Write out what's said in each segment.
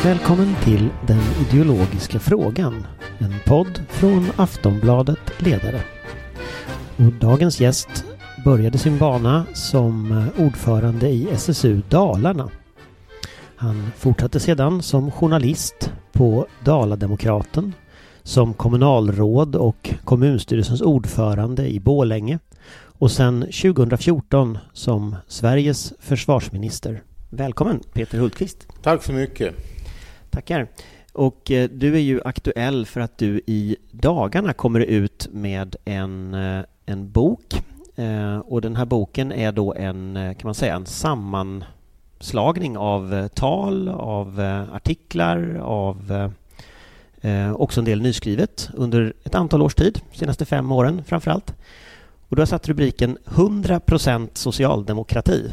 Välkommen till Den ideologiska frågan, en podd från Aftonbladet Ledare. Och dagens gäst började sin bana som ordförande i SSU Dalarna. Han fortsatte sedan som journalist på Dala-Demokraten, som kommunalråd och kommunstyrelsens ordförande i Borlänge och sedan 2014 som Sveriges försvarsminister. Välkommen Peter Hultqvist. Tack så mycket. Tackar. Och du är ju aktuell för att du i dagarna kommer ut med en bok. Och den här boken är då kan man säga, en sammanslagning av tal, av artiklar, av också en del nyskrivet under ett antal års tid, senaste 5 åren framförallt. Och du har satt rubriken 100% socialdemokrati.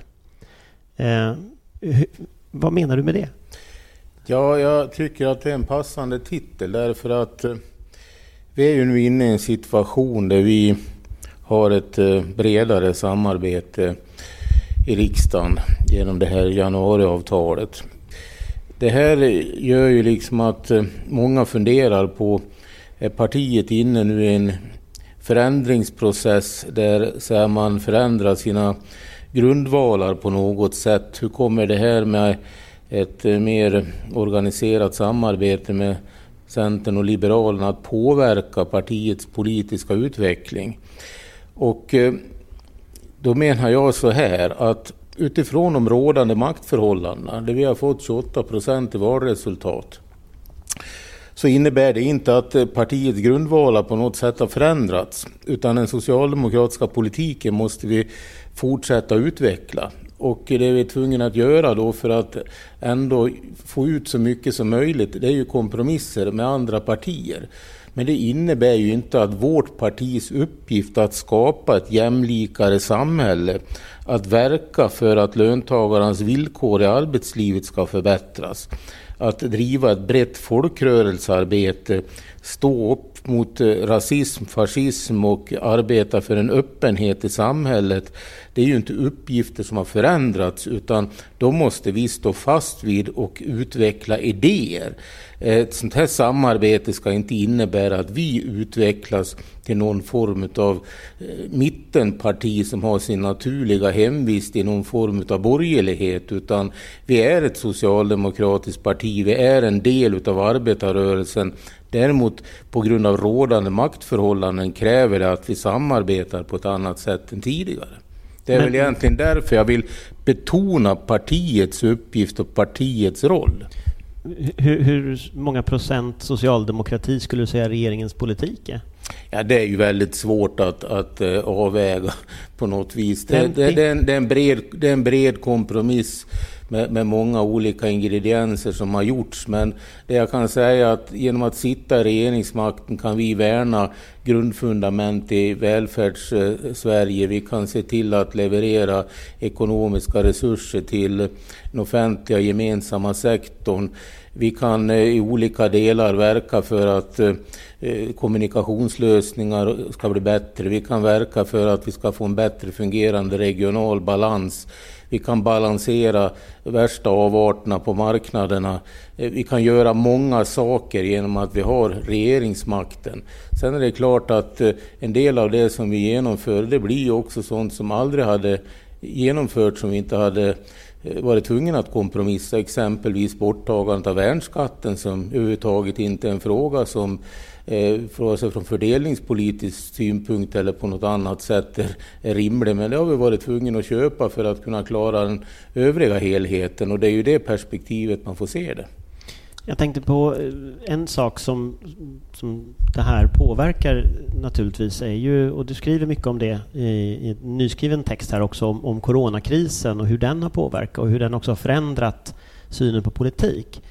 Vad menar du med det? Ja, jag tycker att det är en passande titel därför att vi är ju nu inne i en situation där vi har ett bredare samarbete i riksdagen genom det här januariavtalet. Det här gör ju liksom att många funderar på, är partiet inne nu i en förändringsprocess där så man förändrar sina grundvalar på något sätt? Hur kommer det här med ett mer organiserat samarbete med Centern och Liberalerna att påverka partiets politiska utveckling? Och då menar jag så här att utifrån de rådande maktförhållandena, där vi har fått 28% i valresultat, så innebär det inte att partiets grundvalar på något sätt har förändrats, utan den socialdemokratiska politiken måste vi fortsätta utveckla. Och det är vi tvungna att göra då för att ändå få ut så mycket som möjligt. Det är ju kompromisser med andra partier. Men det innebär ju inte att vårt partis uppgift att skapa ett jämlikare samhälle, att verka för att löntagarnas villkor i arbetslivet ska förbättras, att driva ett brett folkrörelsearbete, stå upp mot rasism, fascism och arbeta för en öppenhet i samhället. Det är ju inte uppgifter som har förändrats, utan de måste vi stå fast vid och utveckla idéer. Ett sånt här samarbete ska inte innebära att vi utvecklas till någon form av mittenparti som har sin naturliga hemvist i någon form av borgerlighet, utan vi är ett socialdemokratiskt parti, vi är en del av arbetarrörelsen. Däremot på grund av rådande maktförhållanden kräver det att vi samarbetar på ett annat sätt än tidigare. Det är väl egentligen därför jag vill betona partiets uppgift och partiets roll. Hur många procent socialdemokrati skulle du säga regeringens politik är? Ja, det är ju väldigt svårt att avväga på något vis. Det är en bred kompromiss med många olika ingredienser som har gjorts. Men det jag kan säga är att genom att sitta i regeringsmakten kan vi värna grundfundament i välfärds-Sverige. Vi kan se till att leverera ekonomiska resurser till den offentliga gemensamma sektorn. Vi kan i olika delar verka för att kommunikationslösningar ska bli bättre. Vi kan verka för att vi ska få en bättre fungerande regional balans. Vi kan balansera värsta avarterna på marknaderna. Vi kan göra många saker genom att vi har regeringsmakten. Sen är det klart att en del av det som vi genomför, det blir också sånt som aldrig hade genomförts som vi inte hade varit tvungen att kompromissa, exempelvis borttagandet av värnskatten som överhuvudtaget inte är en fråga som från fördelningspolitisk synpunkt eller på något annat sätt är rimlig, men det har vi varit tvungna att köpa för att kunna klara den övriga helheten, och det är ju det perspektivet man får se det. Jag tänkte på en sak som det här påverkar naturligtvis är ju, och du skriver mycket om det i en nyskriven text här också, om coronakrisen och hur den har påverkat och hur den också har förändrat synen på politik.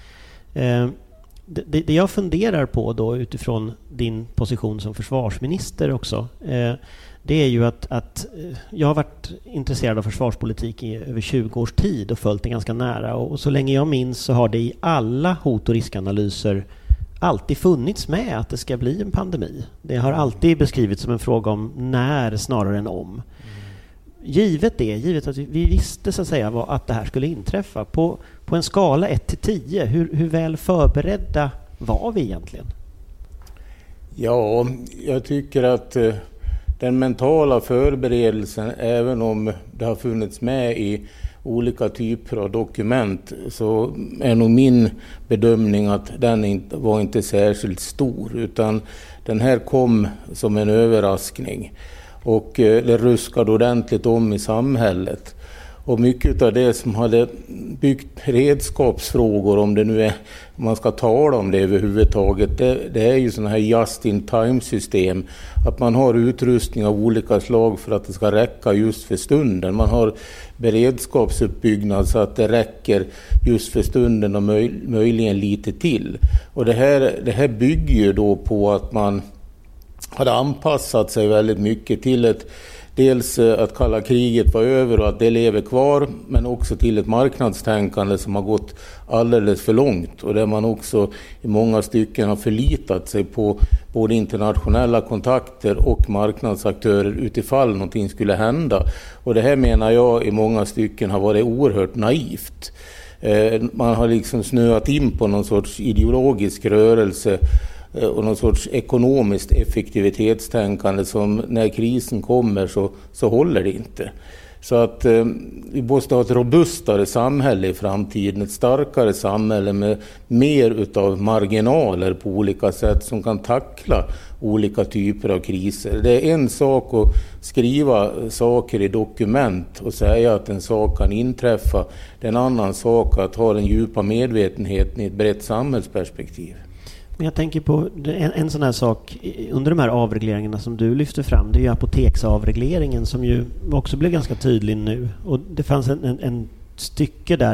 Det jag funderar på då utifrån din position som försvarsminister också, det är ju att jag har varit intresserad av försvarspolitik i över 20 års tid och följt det ganska nära, och så länge jag minns så har det i alla hot- och riskanalyser alltid funnits med att det ska bli en pandemi. Det har alltid beskrivits som en fråga om när snarare än om. givet att vi visste så att säga att det här skulle inträffa, på en skala 1-10, hur väl förberedda var vi egentligen? Ja, jag tycker att den mentala förberedelsen, även om det har funnits med i olika typer av dokument, så är nog min bedömning att den var inte särskilt stor, utan den här kom som en överraskning och det ruskade ordentligt om i samhället. Och mycket av det som hade byggt beredskapsfrågor, om det nu är, om man ska tala om det överhuvudtaget, det är ju sådana här just-in-time-system. Att man har utrustning av olika slag för att det ska räcka just för stunden. Man har beredskapsuppbyggnad så att det räcker just för stunden och möjligen lite till. Och det här bygger ju då på att man hade anpassat sig väldigt mycket till dels att kalla kriget var över och att det lever kvar, men också till ett marknadstänkande som har gått alldeles för långt och där man också i många stycken har förlitat sig på både internationella kontakter och marknadsaktörer utifall någonting skulle hända. Och det här menar jag i många stycken har varit oerhört naivt. Man har liksom snöat in på någon sorts ideologisk rörelse och någon sorts ekonomiskt effektivitetstänkande som när krisen kommer så håller det inte. Så att vi måste ha ett robustare samhälle i framtiden, ett starkare samhälle med mer utav marginaler på olika sätt som kan tackla olika typer av kriser. Det är en sak att skriva saker i dokument och säga att en sak kan inträffa. Det är en annan sak att ha den djupa medvetenheten i ett brett samhällsperspektiv. Men jag tänker på en sån här sak under de här avregleringarna som du lyfter fram. Det är ju apoteksavregleringen som ju också blev ganska tydlig nu. Och det fanns en stycke där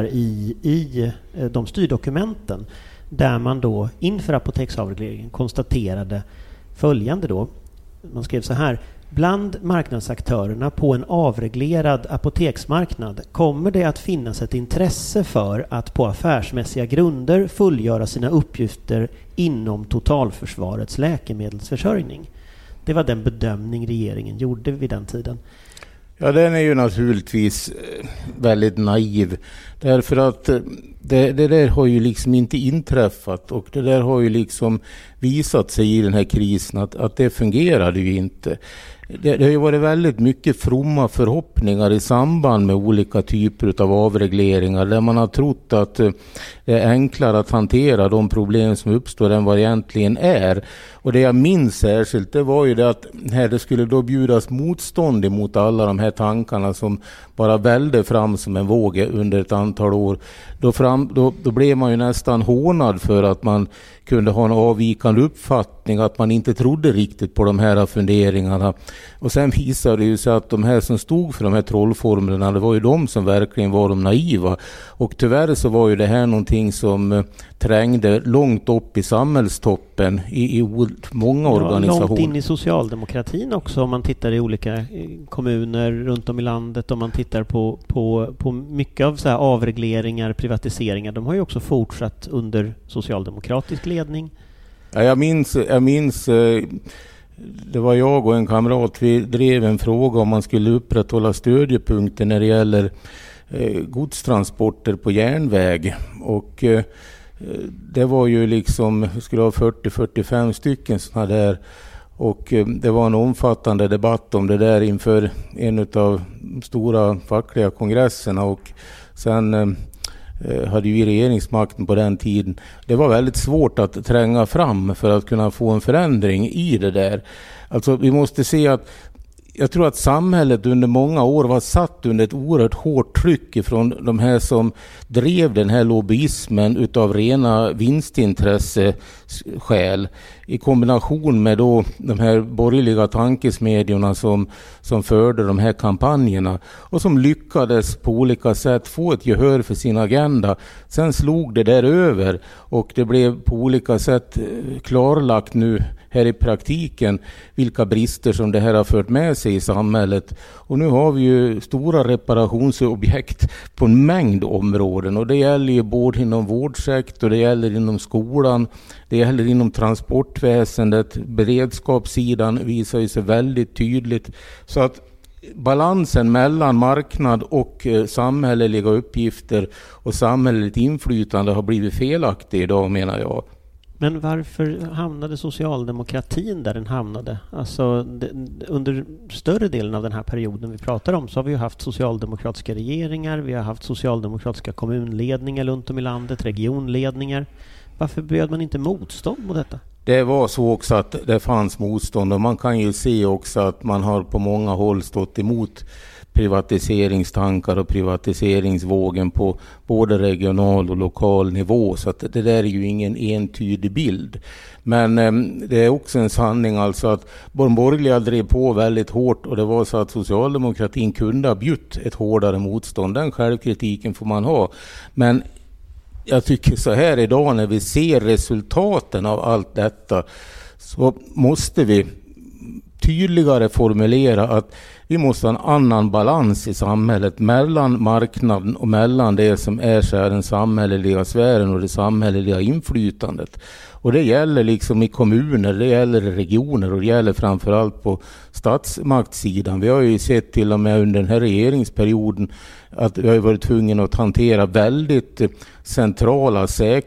i de styrdokumenten där man då inför apoteksavregleringen konstaterade följande då. Man skrev så här: bland marknadsaktörerna på en avreglerad apoteksmarknad kommer det att finnas ett intresse för att på affärsmässiga grunder fullgöra sina uppgifter inom totalförsvarets läkemedelsförsörjning. Det var den bedömning regeringen gjorde vid den tiden. Ja, den är ju naturligtvis väldigt naiv. Därför att det där har ju liksom inte inträffat och det där har ju liksom visat sig i den här krisen att det fungerade ju inte. Det har ju varit väldigt mycket fromma förhoppningar i samband med olika typer av avregleringar där man har trott att det är enklare att hantera de problem som uppstår än vad det egentligen är. Och det jag minns särskilt, det var ju det att här det skulle då bjudas motstånd emot alla de här tankarna som bara välde fram som en våg under ett antal år. Då blev man ju nästan hånad för att man kunde ha en avvikande uppfattning, att man inte trodde riktigt på de här funderingarna. Och sen visade det ju sig att de här som stod för de här trollformlerna, det var ju de som verkligen var de naiva. Och tyvärr så var ju det här någonting som trängde långt upp i samhällstoppen i många organisationer. Långt in i socialdemokratin också, om man tittar i olika kommuner runt om i landet, om man tittar på mycket av så här avregleringar, privatiseringar, de har ju också fortsatt under socialdemokratisk ledning. Ja, jag minns det var jag och en kamrat, vi drev en fråga om man skulle upprätthålla stödjepunkter när det gäller godstransporter på järnväg, och det var ju liksom, vi skulle ha 40-45 stycken sådana där, och det var en omfattande debatt om det där inför en av de stora fackliga kongresserna, och sen hade ju regeringsmakten på den tiden. Det var väldigt svårt att tränga fram för att kunna få en förändring i det där. Alltså vi måste se att jag tror att samhället under många år var satt under ett oerhört hårt tryck från de här som drev den här lobbyismen utav rena vinstintresseskäl i kombination med då de här borgerliga tankesmedjorna som förde de här kampanjerna och som lyckades på olika sätt få ett gehör för sin agenda. Sen slog det där över och det blev på olika sätt klarlagt nu här i praktiken vilka brister som det här har fört med sig i samhället. Och nu har vi ju stora reparationsobjekt på en mängd områden, och det gäller ju både inom vårdsektor, det gäller inom skolan, det gäller inom transportväsendet, beredskapssidan visar ju sig väldigt tydligt. Så att balansen mellan marknad och samhälleliga uppgifter och samhälleligt inflytande har blivit felaktig idag, menar jag. Men varför hamnade socialdemokratin där den hamnade? Alltså, under större delen av den här perioden vi pratar om så har vi ju haft socialdemokratiska regeringar, vi har haft socialdemokratiska kommunledningar runt om i landet, regionledningar. Varför bjöd man inte motstånd mot detta? Det var så också att det fanns motstånd, och man kan ju se också att man har på många håll stått emot privatiseringstankar och privatiseringsvågen på både regional och lokal nivå, så att det där är ju ingen entydig bild. Men det är också en sanning alltså att de borgerliga drev på väldigt hårt, och det var så att socialdemokratin kunde ha bjudit ett hårdare motstånd. Den självkritiken får man ha. Men jag tycker så här idag, när vi ser resultaten av allt detta, så måste vi tydligare formulera att vi måste ha en annan balans i samhället mellan marknaden och mellan det som är så här den samhälleliga sfären och det samhälleliga inflytandet. Och det gäller liksom i kommuner, det gäller i regioner och det gäller framförallt på statsmaktssidan. Vi har ju sett till och med under den här regeringsperioden att vi har varit tvungna att hantera väldigt centrala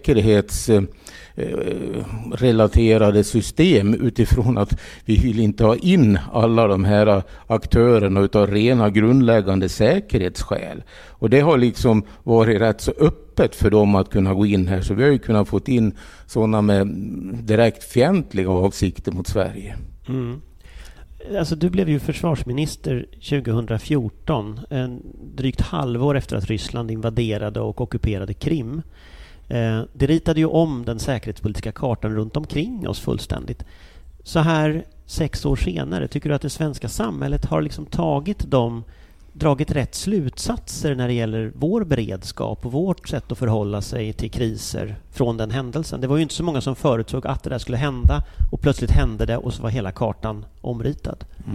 säkerhetsrelaterade system utifrån att vi vill inte ha in alla de här aktörerna utav rena grundläggande säkerhetsskäl. Och det har liksom varit rätt så öppet för dem att kunna gå in här, så vi har ju kunnat få in sådana med direkt fientliga avsikter mot Sverige. Mm. Alltså, du blev ju försvarsminister 2014, drygt halvår efter att Ryssland invaderade och ockuperade Krim. Det ritade ju om den säkerhetspolitiska kartan runt omkring oss fullständigt. Så här 6 år senare, tycker du att det svenska samhället har liksom dragit rätt slutsatser när det gäller vår beredskap och vårt sätt att förhålla sig till kriser från den händelsen? Det var ju inte så många som förutsåg att det där skulle hända, och plötsligt hände det och så var hela kartan omritad. Mm.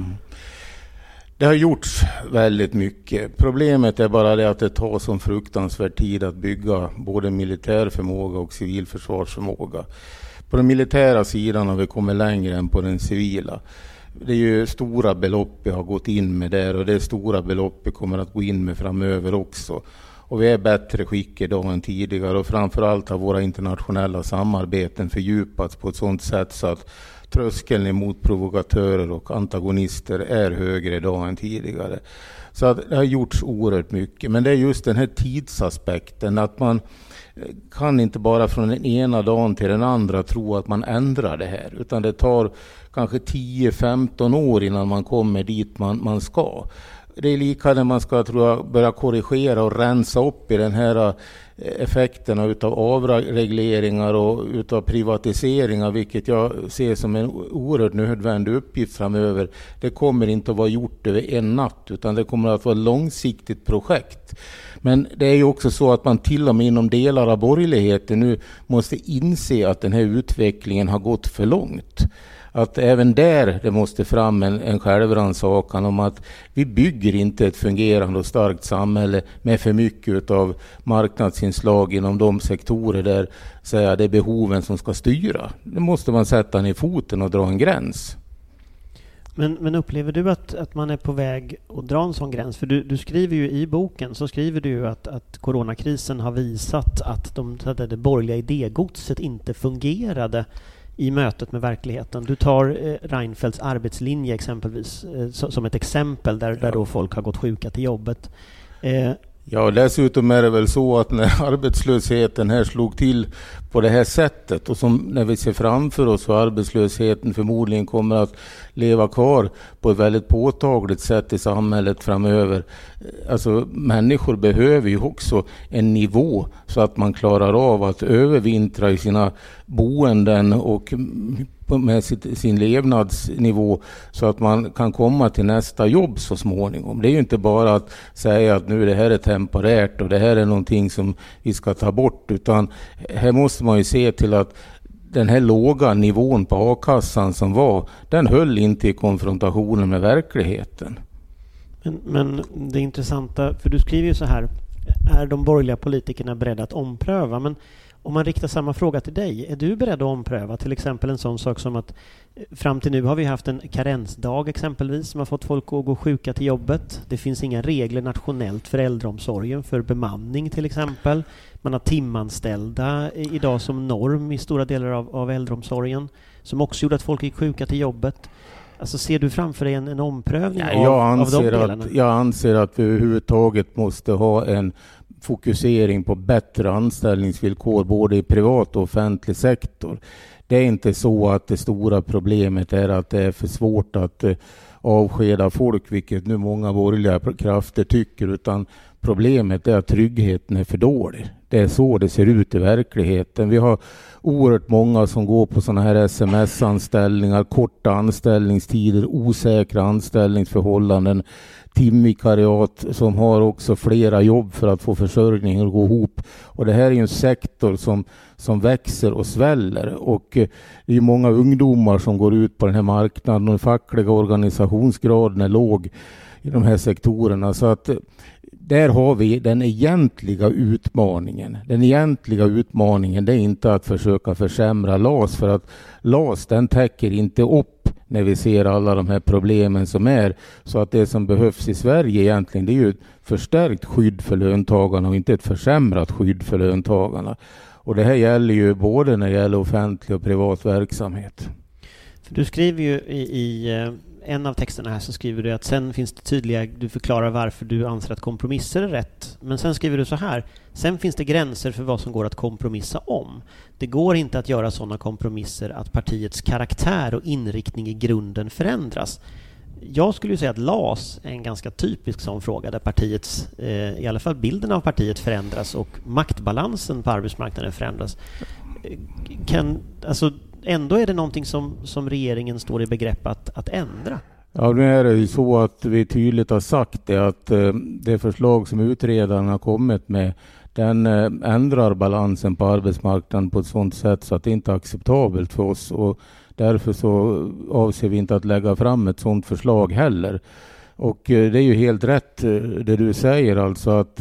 Det har gjorts väldigt mycket. Problemet är bara det att det tar som fruktansvärd tid att bygga både militär förmåga och civil försvarsförmåga. På den militära sidan har vi kommit längre än på den civila. Det är ju stora belopp vi har gått in med där, och det är stora belopp vi kommer att gå in med framöver också. Och vi är bättre skick idag än tidigare, och framförallt har våra internationella samarbeten fördjupats på ett sådant sätt så att tröskeln emot provokatörer och antagonister är högre idag än tidigare. Så att det har gjorts oerhört mycket, men det är just den här tidsaspekten, att man kan inte bara från den ena dagen till den andra tro att man ändrar det här, utan det tar kanske 10-15 år innan man kommer dit man ska. Det är lika när man ska, tror jag, börja korrigera och rensa upp i den här effekterna utav avregleringar och utav privatiseringar, vilket jag ser som en oerhört nödvändig uppgift framöver. Det kommer inte att vara gjort över en natt, utan det kommer att vara ett långsiktigt projekt. Men det är ju också så att man till och med inom delar av borgerligheten nu måste inse att den här utvecklingen har gått för långt. Att även där det måste fram en självrannsakan om att vi bygger inte ett fungerande och starkt samhälle med för mycket av marknadsinslag inom de sektorer där det är behoven som ska styra. Det måste man sätta ner foten och dra en gräns. Men upplever du att man är på väg att dra en sån gräns? För du skriver ju i boken, så skriver du ju att coronakrisen har visat att det borgerliga idégodset inte fungerade i mötet med verkligheten. Du tar Reinfeldts arbetslinje exempelvis som ett exempel där då folk har gått sjuka till jobbet. Ja, dessutom är det väl så att när arbetslösheten här slog till på det här sättet, och som när vi ser framför oss hur arbetslösheten förmodligen kommer att leva kvar på ett väldigt påtagligt sätt i samhället framöver. Alltså, människor behöver ju också en nivå så att man klarar av att övervintra i sina boenden och med sin levnadsnivå, så att man kan komma till nästa jobb så småningom. Det är ju inte bara att säga att nu det här är temporärt och det här är någonting som vi ska ta bort, utan här måste man ju se till att den här låga nivån på a-kassan som var, den höll inte i konfrontationen med verkligheten. Men det intressanta, för du skriver ju så här: är de borgerliga politikerna beredda att ompröva? Men Om man riktar samma fråga till dig, är du beredd att ompröva till exempel en sån sak som att fram till nu har vi haft en karensdag exempelvis som har fått folk att gå sjuka till jobbet. Det finns inga regler nationellt för äldreomsorgen, för bemanning till exempel. Man har timanställda idag som norm i stora delar av äldreomsorgen som också gjorde att folk gick sjuka till jobbet. Alltså ser du framför dig en omprövning av de delarna? Jag anser att vi överhuvudtaget måste ha en fokusering på bättre anställningsvillkor både i privat och offentlig sektor. Det är inte så att det stora problemet är att det är för svårt att avskeda folk, vilket nu många borgerliga krafter tycker, utan problemet är att tryggheten är för dålig. Det är så det ser ut i verkligheten. Vi har oerhört många som går på sådana här sms-anställningar, korta anställningstider, osäkra anställningsförhållanden, timvikariat som har också flera jobb för att få försörjningen att gå ihop. Och det här är ju en sektor som växer och sväller, och det är många ungdomar som går ut på den här marknaden och den fackliga organisationsgraden är låg i de här sektorerna. Så att där har vi den egentliga utmaningen. Den egentliga utmaningen det är inte att försöka försämra LAS, för att LAS den täcker inte upp när vi ser alla de här problemen som är. Så att det som behövs i Sverige egentligen det är ju ett förstärkt skydd för löntagarna och inte ett försämrat skydd för löntagarna. Och det här gäller ju både när det gäller offentlig och privat verksamhet. För du skriver ju i en av texterna här så skriver du att sen finns det tydliga, du förklarar varför du anser att kompromisser är rätt. Men sen skriver du så här, sen finns det gränser för vad som går att kompromissa om. Det går inte att göra sådana kompromisser att partiets karaktär och inriktning i grunden förändras. Jag skulle ju säga att LAS är en ganska typisk sån fråga där partiets, i alla fall bilden av partiet förändras och maktbalansen på arbetsmarknaden förändras. Ändå är det någonting som regeringen står i begrepp att ändra. Ja, nu är det ju så att vi tydligt har sagt det att det förslag som utredarna har kommit med den ändrar balansen på arbetsmarknaden på ett sådant sätt så att det inte är acceptabelt för oss, och därför så avser vi inte att lägga fram ett sådant förslag heller. Och det är ju helt rätt det du säger, alltså att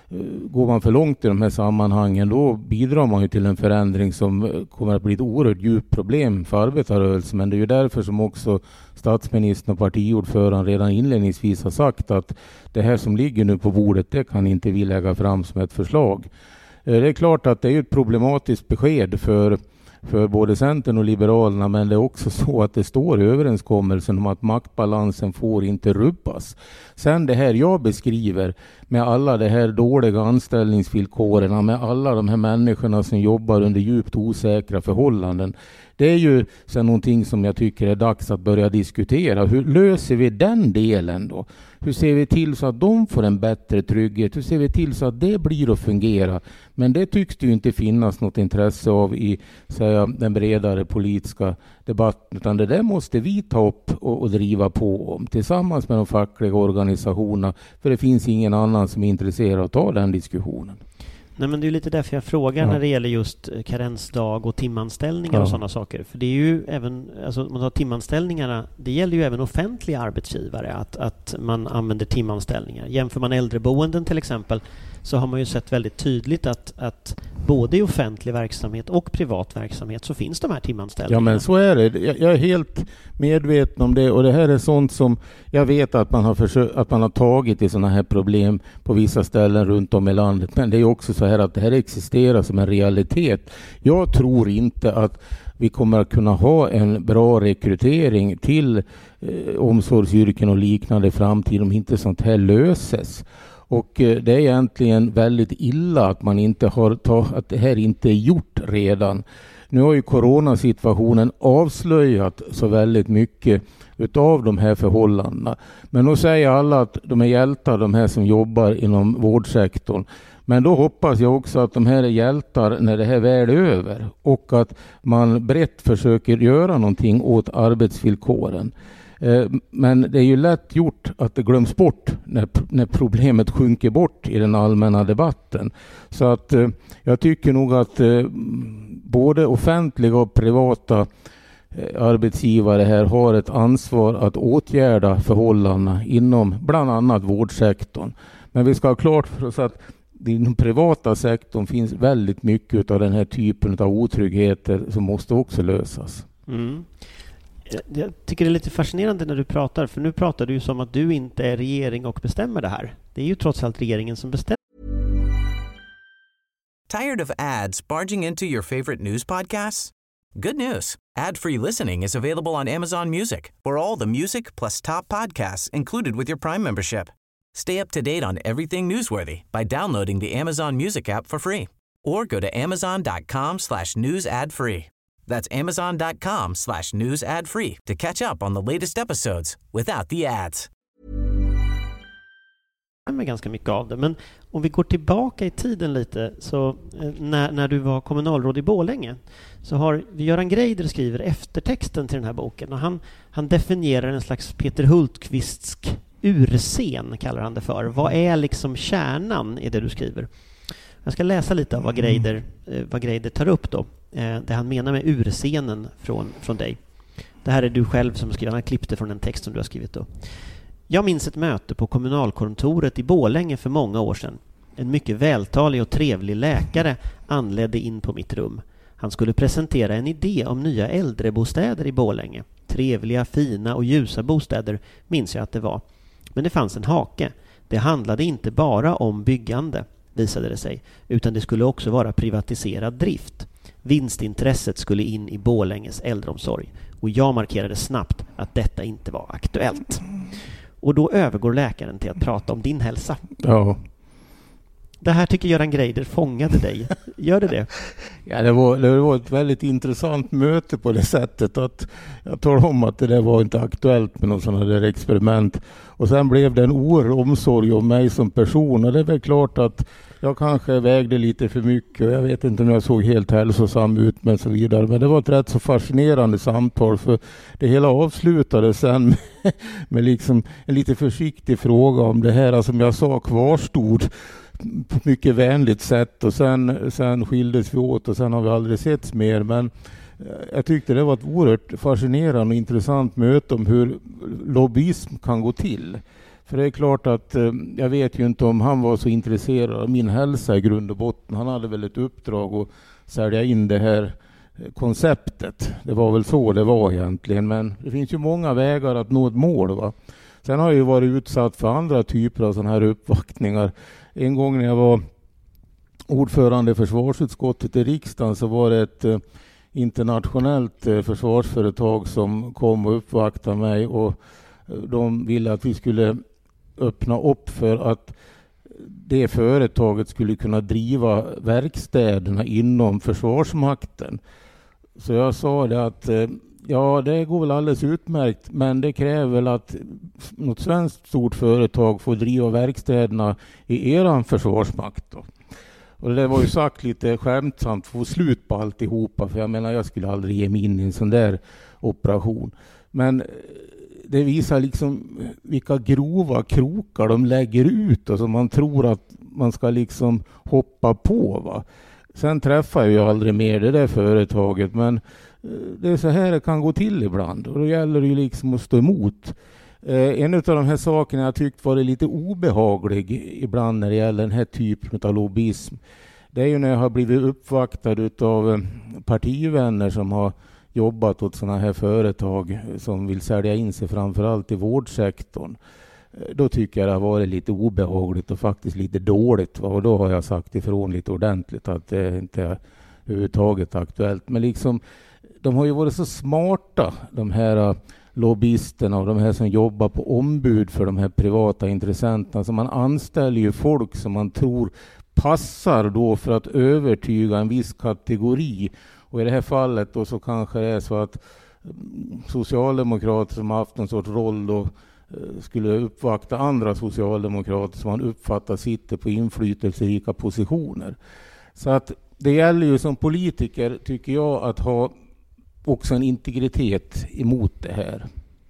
går man för långt i de här sammanhangen då bidrar man ju till en förändring som kommer att bli ett oerhört djupt problem för arbetarrörelsen. Men det är ju därför som också statsministern och partiordföranden redan inledningsvis har sagt att det här som ligger nu på bordet, det kan inte vi lägga fram som ett förslag. Det är klart att det är ett problematiskt besked för både Centern och Liberalerna, men det är också så att det står i överenskommelsen om att maktbalansen får inte rubbas. Sen det här jag beskriver med alla de här dåliga anställningsvillkoren, med alla de här människorna som jobbar under djupt osäkra förhållanden, det är ju sen någonting som jag tycker är dags att börja diskutera. Hur löser vi den delen då? Hur ser vi till så att de får en bättre trygghet? Hur ser vi till så att det blir att fungera? Men det tycks det ju inte finnas något intresse av i den bredare politiska debatten, utan det där måste vi ta upp och driva på om tillsammans med de fackliga organisationerna, för det finns ingen annan som är intresserad av att ta den diskussionen. Nej, men det är lite därför jag frågar när det gäller just karensdag och timanställningar och sådana saker. För det är ju även, alltså man tar timanställningarna, det gäller ju även offentliga arbetsgivare att man använder timanställningar. Jämför man äldreboenden till exempel så har man ju sett väldigt tydligt att både i offentlig verksamhet och privat verksamhet så finns de här timanställningarna. Ja, men så är det. Jag är helt medveten om det, och det här är sånt som jag vet att man har tagit i sådana här problem på vissa ställen runt om i landet. Men det är också så här att det här existerar som en realitet. Jag tror inte att vi kommer att kunna ha en bra rekrytering till omsorgsyrken och liknande i framtiden om inte sånt här löses. Och det är egentligen väldigt illa att man inte att det här inte är gjort redan. Nu har ju coronasituationen avslöjat så väldigt mycket utav de här förhållandena. Men då säger alla att de är hjältar, de här som jobbar inom vårdsektorn. Men då hoppas jag också att de här är hjältar när det här väl är över, och att man brett försöker göra någonting åt arbetsvillkoren. Men det är ju lätt gjort att det glöms bort när problemet sjunker bort i den allmänna debatten. Så att jag tycker nog att både offentliga och privata arbetsgivare här har ett ansvar att åtgärda förhållandena inom bland annat vårdsektorn. Men vi ska ha klart för oss att den privata sektorn finns väldigt mycket av den här typen av otryggheter som måste också lösas. Mm. Jag tycker det är lite fascinerande när du pratar, för nu pratar du ju som att du inte är regering och bestämmer det här. Det är ju trots allt regeringen som bestämmer. Tired of ads barging into your favorite news podcasts? Good news. Ad-free listening is available on Amazon Music for all the music plus top podcasts included with your Prime membership. Stay up to date on everything newsworthy by downloading the Amazon Music app for free or go to amazon.com/news ad free. That's amazon.com/news ad free to catch up on the latest episodes without the ads. Med ganska mycket av det. Men om vi går tillbaka i tiden lite, så när du var kommunalråd i Borlänge, så har Göran Greider skriver eftertexten till den här boken, och han definierar en slags Peter Hultqvistsk urscen, kallar han det för. Vad är liksom kärnan i det du skriver? Jag ska läsa lite av vad Greider tar upp då, det han menar med urscenen från dig. Det här är du själv som skriver, han klippte från en text som du har skrivit då. Jag minns ett möte på kommunalkontoret i Borlänge för många år sedan. En mycket vältalig och trevlig läkare anledde in på mitt rum. Han skulle presentera en idé om nya äldrebostäder i Borlänge. Trevliga, fina och ljusa bostäder minns jag att det var. Men det fanns en hake. Det handlade inte bara om byggande, visade det sig, utan det skulle också vara privatiserad drift. Vinstintresset skulle in i Borlänges äldreomsorg, och jag markerade snabbt att detta inte var aktuellt. Och då övergår läkaren till att prata om din hälsa. Ja. Det här tycker Göran Greider fångade dig. Gör det? Ja, det var ett väldigt intressant möte på det sättet att jag talade om att det där var inte aktuellt med någon sån här experiment. Och sen blev det en oerhörd omsorg om mig som person. Och det är väl klart att jag kanske vägde lite för mycket. Och jag vet inte om jag såg helt hälsosam ut, men så vidare. Men det var ett rätt så fascinerande samtal, för det hela avslutades sen med liksom en lite försiktig fråga om det här som jag sa kvarstod på ett mycket vänligt sätt, och sen skildes vi åt och sen har vi aldrig setts mer. Men jag tyckte det var ett oerhört fascinerande och intressant möte om hur lobbyism kan gå till. För det är klart att jag vet ju inte om han var så intresserad av min hälsa i grund och botten. Han hade väl ett uppdrag att sälja in det här konceptet. Det var väl så det var egentligen, men det finns ju många vägar att nå ett mål, va. Sen har jag ju varit utsatt för andra typer av sådana här uppvaktningar. En gång när jag var ordförande i försvarsutskottet i riksdagen, så var det ett internationellt försvarsföretag som kom och uppvaktade mig, och de ville att vi skulle öppna upp för att det företaget skulle kunna driva verkstäderna inom Försvarsmakten. Så jag sa det att ja, det går väl alldeles utmärkt, men det kräver väl att något svenskt stort företag får driva verkstäderna i eran försvarsmakt då. Och det var ju sagt lite skämtsamt för att få slut på alltihopa, för jag menar, jag skulle aldrig ge mig in i en sån där operation. Men det visar liksom vilka grova krokar de lägger ut, och som man tror att man ska liksom hoppa på, va. Sen träffar jag ju aldrig mer det där företaget, men det är så här det kan gå till ibland, och då gäller det ju liksom att stå emot. En av de här sakerna jag tyckt var lite obehaglig ibland när det gäller den här typen av lobbyism, det är ju när jag har blivit uppvaktad av partivänner som har jobbat åt sådana här företag som vill sälja in sig framförallt i vårdsektorn. Då tycker jag det har varit lite obehagligt och faktiskt lite dåligt. Och då har jag sagt ifrån lite ordentligt att det inte är överhuvudtaget aktuellt. Men liksom, de har ju varit så smarta, de här lobbyisterna och de här som jobbar på ombud för de här privata intressenterna. Så man anställer ju folk som man tror passar då för att övertyga en viss kategori. Och i det här fallet då så kanske det är så att socialdemokrater som har haft en sorts roll då skulle uppvakta andra socialdemokrater som man uppfattar sitter på inflytelserika positioner. Så att det gäller ju som politiker, tycker jag, att ha också en integritet emot det här.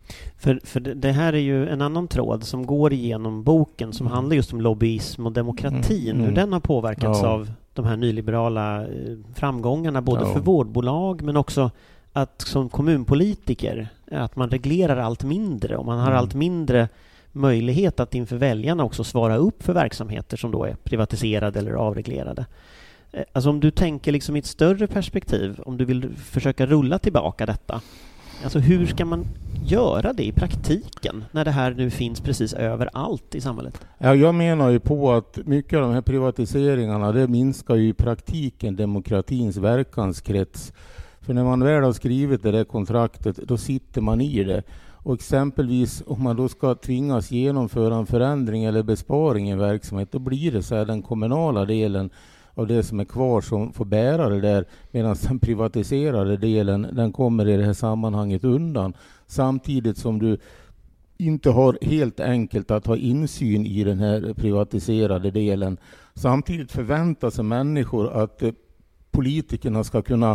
För det här är ju en annan tråd som går igenom boken som handlar just om lobbyism och demokratin. Hur den har påverkats av de här nyliberala framgångarna både för vårdbolag men också att som kommunpolitiker att man reglerar allt mindre och man har allt mindre möjlighet att inför väljarna också svara upp för verksamheter som då är privatiserade eller avreglerade. Alltså om du tänker liksom i ett större perspektiv, om du vill försöka rulla tillbaka detta, alltså hur ska man göra det i praktiken när det här nu finns precis överallt i samhället? Ja, jag menar ju på att mycket av de här privatiseringarna, det minskar ju i praktiken demokratins verkanskrets. För när man väl har skrivit det där kontraktet, då sitter man i det. Och exempelvis om man då ska tvingas genomföra en förändring eller besparing i en verksamhet, då blir det så här den kommunala delen av det som är kvar som får bära det där, medan den privatiserade delen, den kommer i det här sammanhanget undan. Samtidigt som du inte har helt enkelt att ha insyn i den här privatiserade delen. Samtidigt förväntar sig människor att politikerna ska kunna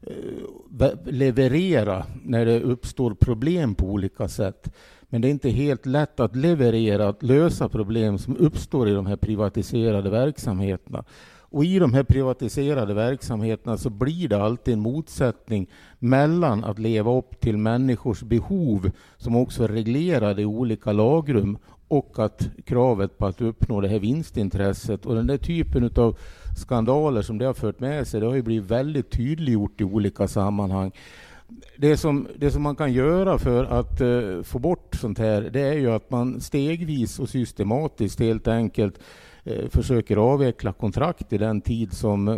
leverera när det uppstår problem på olika sätt. Men det är inte helt lätt att leverera, att lösa problem som uppstår i de här privatiserade verksamheterna. Och i de här privatiserade verksamheterna så blir det alltid en motsättning mellan att leva upp till människors behov som också är reglerade i olika lagrum och att kravet på att uppnå det här vinstintresset. Och den där typen av skandaler som det har fört med sig, det har ju blivit väldigt tydliggjort i olika sammanhang. Det som man kan göra för att få bort sånt här, det är ju att man stegvis och systematiskt helt enkelt försöker avveckla kontrakt i den tid som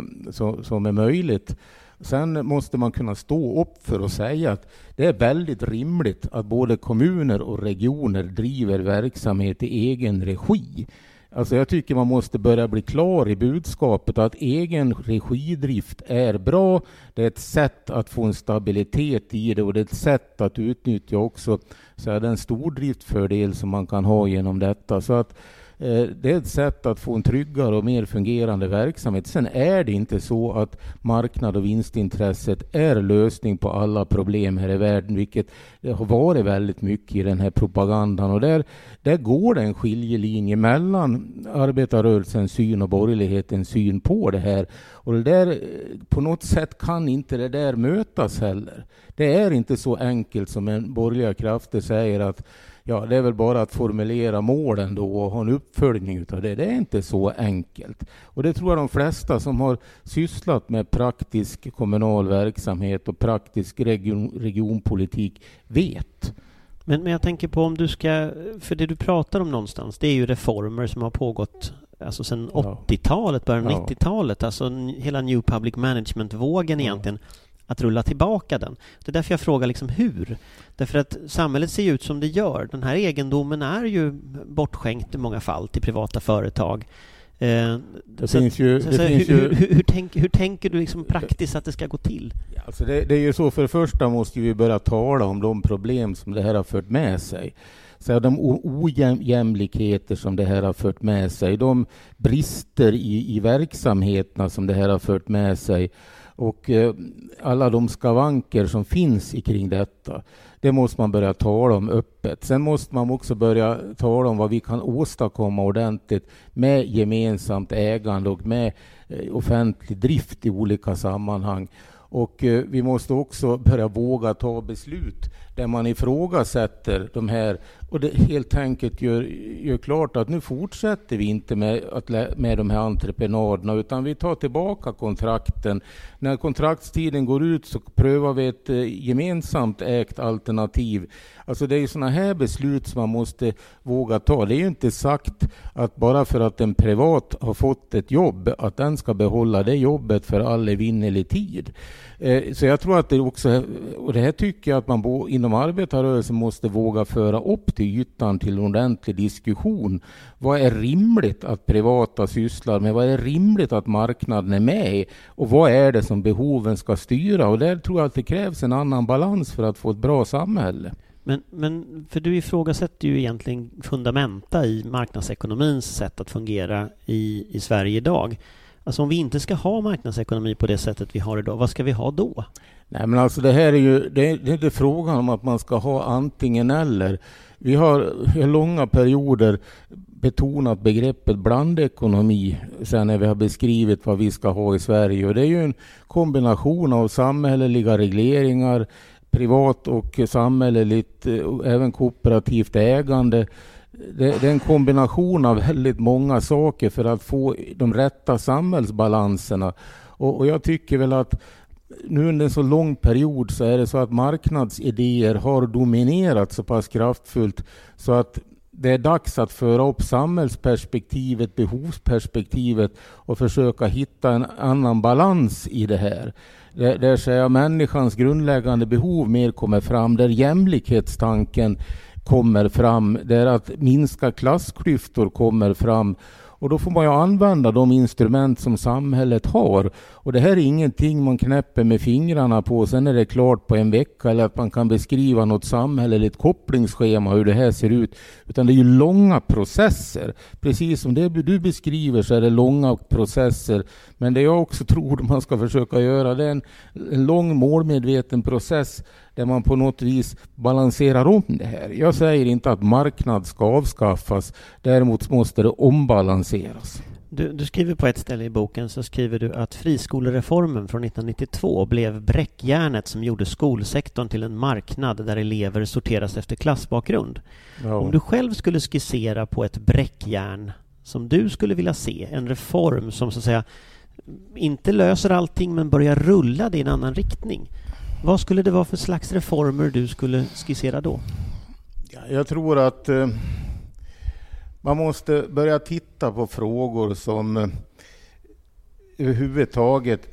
är möjligt. Sen måste man kunna stå upp för och säga att det är väldigt rimligt att både kommuner och regioner driver verksamhet i egen regi. Alltså jag tycker man måste börja bli klar i budskapet att egen regidrift är bra. Det är ett sätt att få en stabilitet i det och det är ett sätt att utnyttja också så den stordriftfördel som man kan ha genom detta. Så att det är ett sätt att få en tryggare och mer fungerande verksamhet. Sen är det inte så att marknad och vinstintresset är lösning på alla problem här i världen, vilket det har varit väldigt mycket i den här propagandan. Och där går det en skiljelinje mellan arbetarrörelsens syn och borgerlighetens syn på det här. Och det där, på något sätt kan inte det där mötas heller. Det är inte så enkelt som en borgerliga krafter säger att ja, det är väl bara att formulera målen då och ha en uppföljning utav det. Det är inte så enkelt. Och det tror jag de flesta som har sysslat med praktisk kommunal verksamhet och praktisk regionpolitik vet. Men jag tänker på om du ska, för det du pratar om någonstans, det är ju reformer som har pågått alltså sedan 80-talet, början 90-talet, alltså hela New Public Management-vågen egentligen. Att rulla tillbaka den. Det är därför jag frågar liksom hur. Därför att samhället ser ut som det gör. Den här egendomen är ju bortskänkt i många fall till privata företag. Hur tänker du liksom praktiskt att det ska gå till? Alltså det är ju så, för det första måste vi börja tala om de problem som det här har fört med sig. Så de ojämlikheter som det här har fört med sig, de brister i verksamheterna som det här har fört med sig och alla de skavanker som finns kring detta. Det måste man börja tala om öppet. Sen måste man också börja tala om vad vi kan åstadkomma ordentligt med gemensamt ägande och med offentlig drift i olika sammanhang. Och vi måste också börja våga ta beslut där man ifrågasätter de här och det helt enkelt gör klart att nu fortsätter vi inte med de här entreprenaderna utan vi tar tillbaka kontrakten. När kontraktstiden går ut så prövar vi ett gemensamt ägt alternativ. Alltså det är ju sådana här beslut som man måste våga ta. Det är ju inte sagt att bara för att en privat har fått ett jobb att den ska behålla det jobbet för all evinnerlig tid. Så jag tror att det också, och det här tycker jag att man inom arbetarrörelsen måste våga föra upp till ytan till en ordentlig diskussion. Vad är rimligt att privata sysslar med? Vad är rimligt att marknaden är med i? Och vad är det som behoven ska styra? Och där tror jag att det krävs en annan balans för att få ett bra samhälle. Men för du ifrågasätter ju egentligen fundamenta i marknadsekonomins sätt att fungera i Sverige idag. Alltså om vi inte ska ha marknadsekonomi på det sättet vi har idag, vad ska vi ha då? Nej, men alltså det här är ju det är inte frågan om att man ska ha antingen eller. Vi har i långa perioder betonat begreppet blandekonomi sen när vi har beskrivit vad vi ska ha i Sverige. Och det är ju en kombination av samhälleliga regleringar, privat och samhälleligt, även kooperativt ägande. det är en kombination av väldigt många saker för att få de rätta samhällsbalanserna. Och jag tycker väl att nu under en så lång period så är det så att marknadsidéer har dominerat så pass kraftfullt så att det är dags att föra upp samhällsperspektivet, behovsperspektivet och försöka hitta en annan balans i det här. Där säger människans grundläggande behov mer kommer fram, där jämlikhetstanken kommer fram, där att minska klassklyftor kommer fram. Och då får man ju använda de instrument som samhället har. Och det här är ingenting man knäpper med fingrarna på. Sen är det klart på en vecka eller att man kan beskriva något samhälleligt kopplingsschema hur det här ser ut. Utan det är ju långa processer. Precis som det du beskriver så är det långa processer. Men det jag också tror man ska försöka göra det är en lång målmedveten process där man på något vis balanserar om det här. Jag säger inte att marknad ska avskaffas. Däremot måste det ombalanseras. Du skriver på ett ställe i boken så skriver du att friskolereformen från 1992 blev bräckjärnet som gjorde skolsektorn till en marknad där elever sorteras efter klassbakgrund. Ja. Om du själv skulle skissera på ett bräckjärn som du skulle vilja se, en reform som så att säga inte löser allting men börjar rulla det i en annan riktning. Vad skulle det vara för slags reformer du skulle skissera då? Jag tror att man måste börja titta på frågor som överhuvudtaget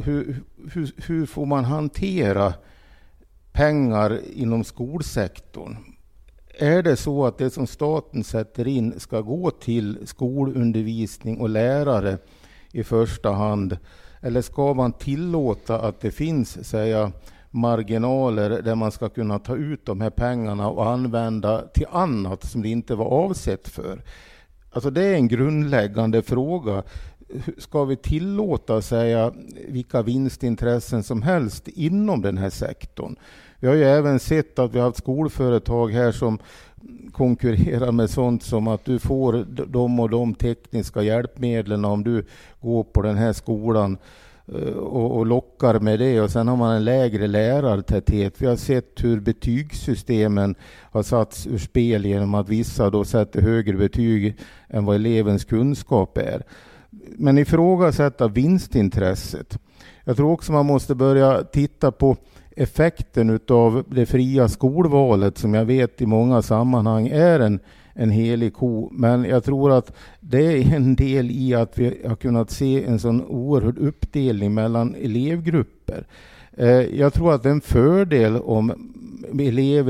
hur får man hantera pengar inom skolsektorn? Är det så att det som staten sätter in ska gå till skolundervisning och lärare i första hand? Eller ska man tillåta att det finns marginaler där man ska kunna ta ut de här pengarna och använda till annat som det inte var avsett för? Alltså det är en grundläggande fråga. Ska vi tillåta vilka vinstintressen som helst inom den här sektorn? Vi har ju även sett att vi har haft skolföretag här som konkurrerar med sånt som att du får de och de tekniska hjälpmedlen om du går på den här skolan och lockar med det, och sen har man en lägre lärartäthet. Vi har sett hur betygssystemen har satts ur spel genom att vissa då sätter högre betyg än vad elevens kunskap är. Men ifrågasätta vinstintresset. Jag tror också man måste börja titta på effekten av det fria skolvalet som jag vet i många sammanhang är en helig ko. Men jag tror att det är en del i att vi har kunnat se en sån oerhörd uppdelning mellan elevgrupper. Jag tror att det är en fördel om elever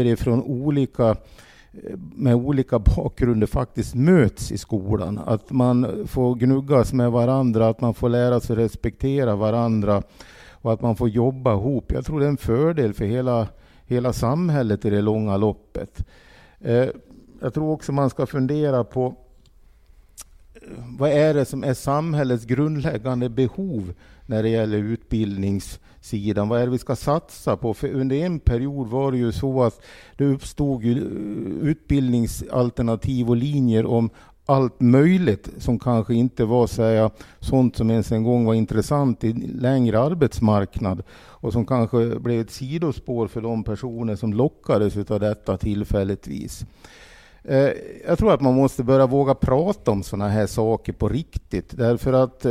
med olika bakgrunder faktiskt möts i skolan. Att man får gnuggas med varandra, att man får lära sig respektera varandra och att man får jobba ihop. Jag tror det är en fördel för hela samhället i det långa loppet. Jag tror också man ska fundera på vad är det som är samhällets grundläggande behov när det gäller utbildningssidan. Vad är det vi ska satsa på? För under en period var det ju så att det uppstod utbildningsalternativ och linjer om allt möjligt som kanske inte var sånt som ens en gång var intressant i längre arbetsmarknad och som kanske blev ett sidospår för de personer som lockades av detta tillfälligtvis. Jag tror att man måste börja våga prata om såna här saker på riktigt, därför att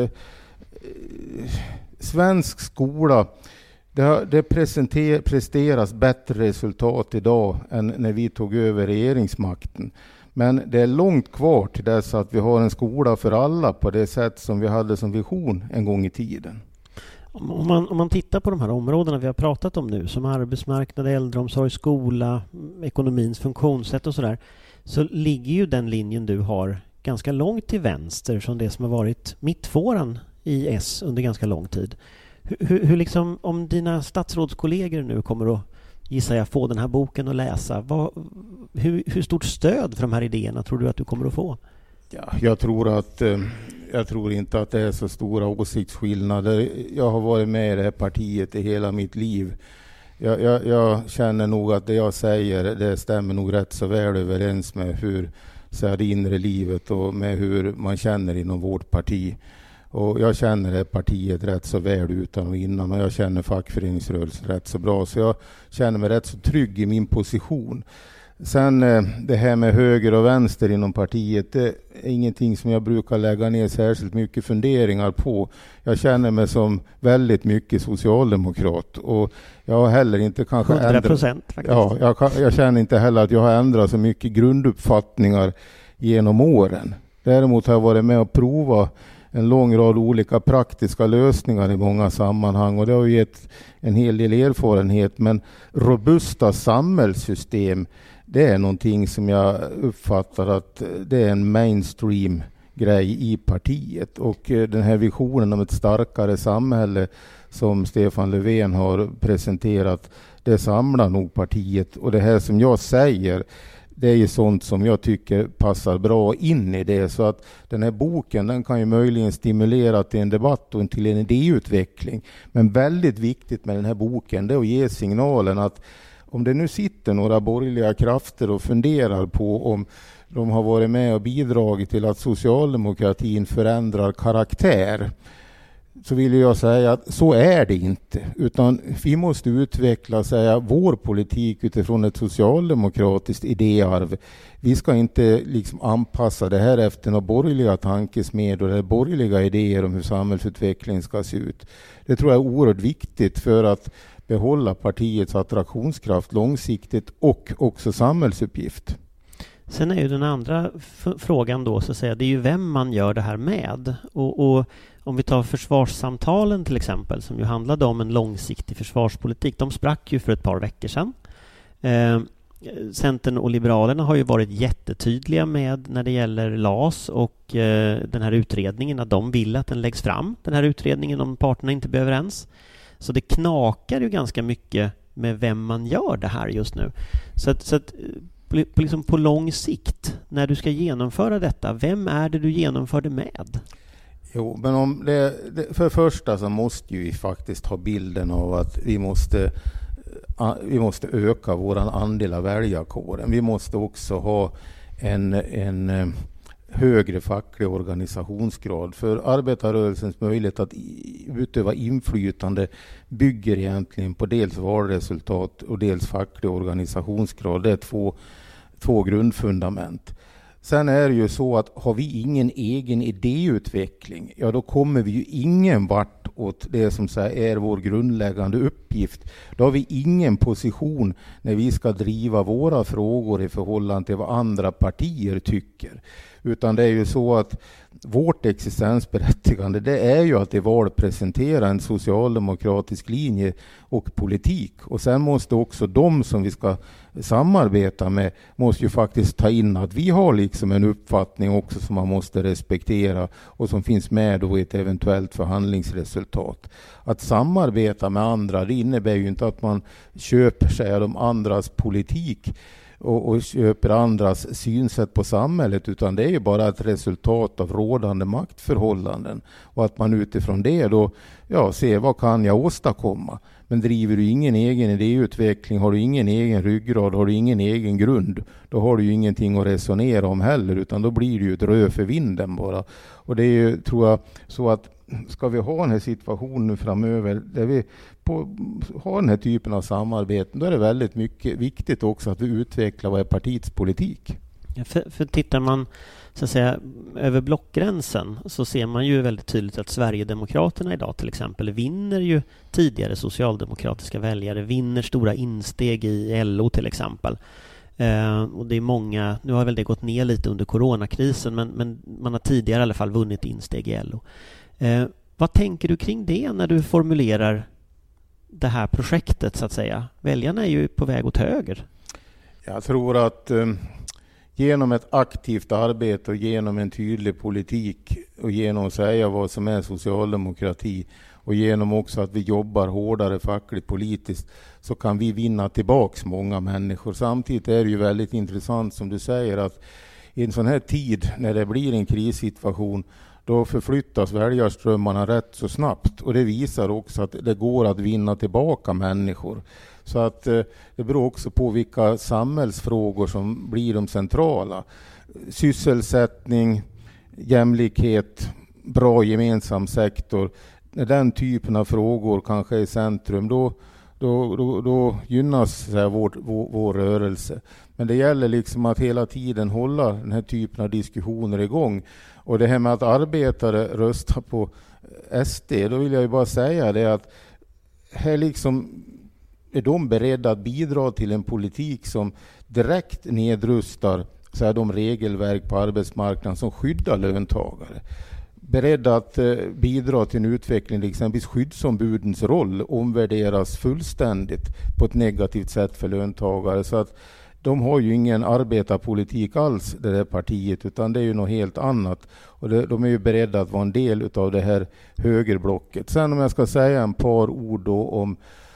svensk skola, det presteras bättre resultat idag än när vi tog över regeringsmakten. Men det är långt kvar till dess att vi har en skola för alla på det sätt som vi hade som vision en gång i tiden. Om man tittar på de här områdena vi har pratat om nu, som arbetsmarknad, äldreomsorg, skola, ekonomins funktionssätt och sådär, så ligger ju den linjen du har ganska långt till vänster från det som har varit mittfåran i S under ganska lång tid. Hur liksom, om dina statsrådskollegor nu kommer att, gissar jag, få den här boken att läsa, hur stort stöd för de här idéerna tror du att du kommer att få? Ja, jag tror inte att det är så stora åsiktsskillnader. Jag har varit med i det här partiet i hela mitt liv. Jag känner nog att det jag säger, det stämmer nog rätt så väl överens med hur det inre livet och med hur man känner inom vårt parti. Och jag känner det partiet rätt så väl utan och innan, och jag känner fackföreningsrörelsen rätt så bra. Så jag känner mig rätt så trygg i min position. Sen det här med höger och vänster inom partiet, det är ingenting som jag brukar lägga ner särskilt mycket funderingar på. Jag känner mig som väldigt mycket socialdemokrat och jag har heller inte kanske 100% faktiskt. Ja, jag känner inte heller att jag har ändrat så mycket grunduppfattningar genom åren. Däremot har jag varit med och prova en lång rad olika praktiska lösningar i många sammanhang och det har gett en hel del erfarenhet, men robusta samhällssystem, det är någonting som jag uppfattar att det är en mainstream grej i partiet, och den här visionen om ett starkare samhälle som Stefan Löfven har presenterat, det samlar nog partiet, och det här som jag säger, det är ju sånt som jag tycker passar bra in i det, så att den här boken, den kan ju möjligen stimulera till en debatt och till en idéutveckling, men väldigt viktigt med den här boken, det är att ge signalen att om det nu sitter några borgerliga krafter och funderar på om de har varit med och bidragit till att socialdemokratin förändrar karaktär, så vill jag säga att så är det inte, utan vi måste utveckla vår politik utifrån ett socialdemokratiskt idéarv. Vi ska inte liksom anpassa det här efter några borgerliga tankesmedjor eller borgerliga idéer om hur samhällsutvecklingen ska se ut. Det tror jag är oerhört viktigt för att behålla partiets attraktionskraft långsiktigt och också samhällsuppgift. Sen är ju den andra frågan då, så att säga, det är ju vem man gör det här med. Och om vi tar försvarssamtalen till exempel, som ju handlade om en långsiktig försvarspolitik, de sprack ju för ett par veckor sedan. Centern och Liberalerna har ju varit jättetydliga med när det gäller LAS och den här utredningen, att de vill att den läggs fram, den här utredningen, om parterna inte blir överens. Så det knakar ju ganska mycket med vem man gör det här just nu. Så att liksom på lång sikt, när du ska genomföra detta, vem är det du genomför det med? Jo, men om för det första så måste vi faktiskt ha bilden av att vi måste öka våran andel av väljarkåren. Vi måste också ha en högre facklig organisationsgrad, för arbetarrörelsens möjlighet att utöva inflytande bygger egentligen på dels valresultat och dels facklig organisationsgrad. Det är två grundfundament. Sen är det ju så att har vi ingen egen idéutveckling, ja då kommer vi ju ingen vart åt det som är vår grundläggande uppgift. Då har vi ingen position när vi ska driva våra frågor i förhållande till vad andra partier tycker. Utan det är ju så att vårt existensberättigande, det är ju att i val presentera en socialdemokratisk linje och politik. Och sen måste också de som vi ska samarbeta med måste ju faktiskt ta in att vi har liksom en uppfattning också som man måste respektera och som finns med då i ett eventuellt förhandlingsresultat. Att samarbeta med andra, det innebär ju inte att man köper sig de andras politik och köper andras synsätt på samhället, utan det är ju bara ett resultat av rådande maktförhållanden, och att man utifrån det då ser vad kan jag åstadkomma. Men driver du ingen egen idéutveckling, har du ingen egen ryggrad, har du ingen egen grund, då har du ju ingenting att resonera om heller, utan då blir det ju ett rö för vinden bara. Och det är ju, tror jag, så att ska vi ha den här situationen framöver där vi har den här typen av samarbeten, då är det väldigt mycket viktigt också att vi utvecklar vad är partiets politik. Ja, för tittar man så att säga över blockgränsen, så ser man ju väldigt tydligt att Sverigedemokraterna idag till exempel vinner ju tidigare socialdemokratiska väljare, vinner stora insteg i LO till exempel. Och det är många, nu har väl det gått ner lite under coronakrisen, men man har tidigare i alla fall vunnit insteg i LO. Vad tänker du kring det när du formulerar det här projektet så att säga? Väljarna är ju på väg åt höger. Jag tror att genom ett aktivt arbete och genom en tydlig politik och genom att säga vad som är socialdemokrati och genom också att vi jobbar hårdare fackligt politiskt, så kan vi vinna tillbaks många människor. Samtidigt är det ju väldigt intressant som du säger att i en sån här tid när det blir en krissituation, då förflyttas väljarströmmarna rätt så snabbt, och det visar också att det går att vinna tillbaka människor. Så att det beror också på vilka samhällsfrågor som blir de centrala. Sysselsättning, jämlikhet, bra gemensam sektor. När den typen av frågor kanske är i centrum, då gynnas så här, vår rörelse. Men det gäller liksom att hela tiden hålla den här typen av diskussioner igång. Och det här med att arbetare röstar på SD, då vill jag ju bara säga det att här liksom är de beredda att bidra till en politik som direkt nedrustar så här, de regelverk på arbetsmarknaden som skyddar löntagare. Beredda att bidra till en utveckling, exempelvis skyddsombudens roll omvärderas fullständigt på ett negativt sätt för löntagare. Så att de har ju ingen arbetarpolitik alls, det där partiet, utan det är ju något helt annat. Och de är ju beredda att vara en del av det här högerblocket. Sen om jag ska säga en par ord då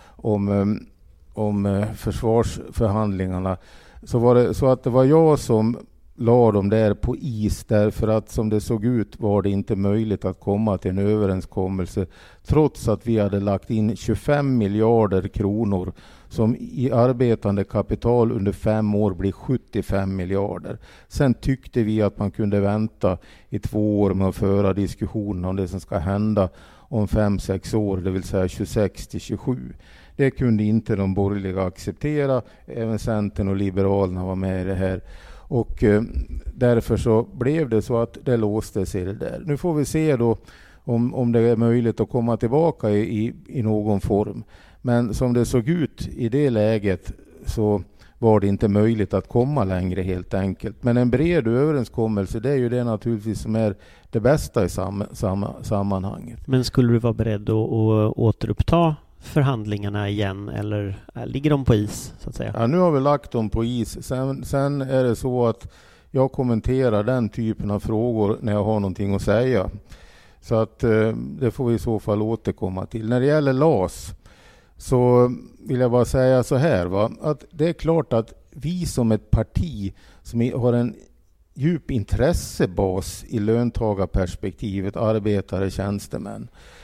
om försvarsförhandlingarna, så var det så att det var jag som la dem där på is, därför att som det såg ut var det inte möjligt att komma till en överenskommelse trots att vi hade lagt in 25 miljarder kronor som i arbetande kapital under 5 år blir 75 miljarder. Sen tyckte vi att man kunde vänta i 2 år med att föra diskussioner om det som ska hända om 5-6 år, det vill säga 26-27. Det kunde inte de borgerliga acceptera, även Centern och Liberalerna var med i det här. Och därför så blev det så att det låste sig det där. Nu får vi se då om det är möjligt att komma tillbaka i någon form. Men som det såg ut i det läget så var det inte möjligt att komma längre helt enkelt. Men en bred överenskommelse, det är ju det naturligtvis som är det bästa i sammanhanget. Men skulle du vara beredd att återuppta förhandlingarna igen, eller ligger de på is så att säga? Ja, nu har vi lagt dem på is. Sen är det så att jag kommenterar den typen av frågor när jag har någonting att säga. Så att det får vi i så fall återkomma till. När det gäller LAS så vill jag bara säga så här, va? Att det är klart att vi som ett parti som har en djup intressebas i löntagarperspektivet, arbetare, tjänstemän,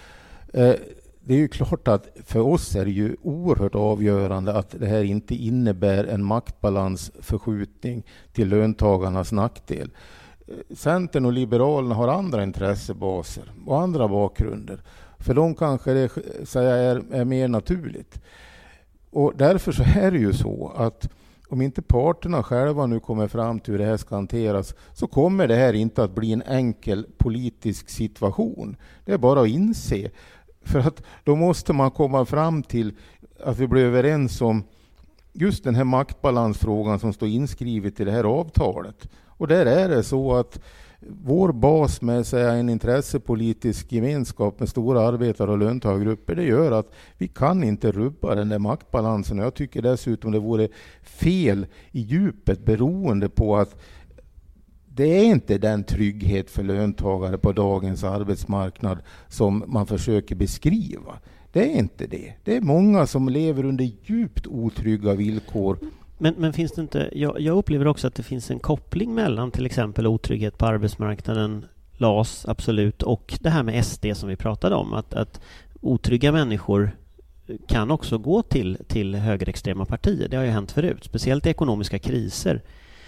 det är ju klart att för oss är det ju oerhört avgörande att det här inte innebär en maktbalansförskjutning till löntagarnas nackdel. Centern och Liberalerna har andra intressebaser och andra bakgrunder. För dem kanske det är mer naturligt. Och därför så är det ju så att om inte parterna själva nu kommer fram till hur det här ska hanteras, så kommer det här inte att bli en enkel politisk situation. Det är bara att inse. För att då måste man komma fram till att vi blir överens om just den här maktbalansfrågan som står inskrivet i det här avtalet. Och där är det så att vår bas med en intressepolitisk gemenskap med stora arbetar- och löntagargrupper, det gör att vi kan inte rubba den där maktbalansen. Jag tycker dessutom det vore fel i djupet, beroende på att det är inte den trygghet för löntagare på dagens arbetsmarknad som man försöker beskriva. Det är inte det. Det är många som lever under djupt otrygga villkor. Men finns det inte, jag upplever också att det finns en koppling mellan till exempel otrygghet på arbetsmarknaden, LAS absolut, och det här med SD som vi pratade om. Att otrygga människor kan också gå till högerextrema partier. Det har ju hänt förut, speciellt i ekonomiska kriser.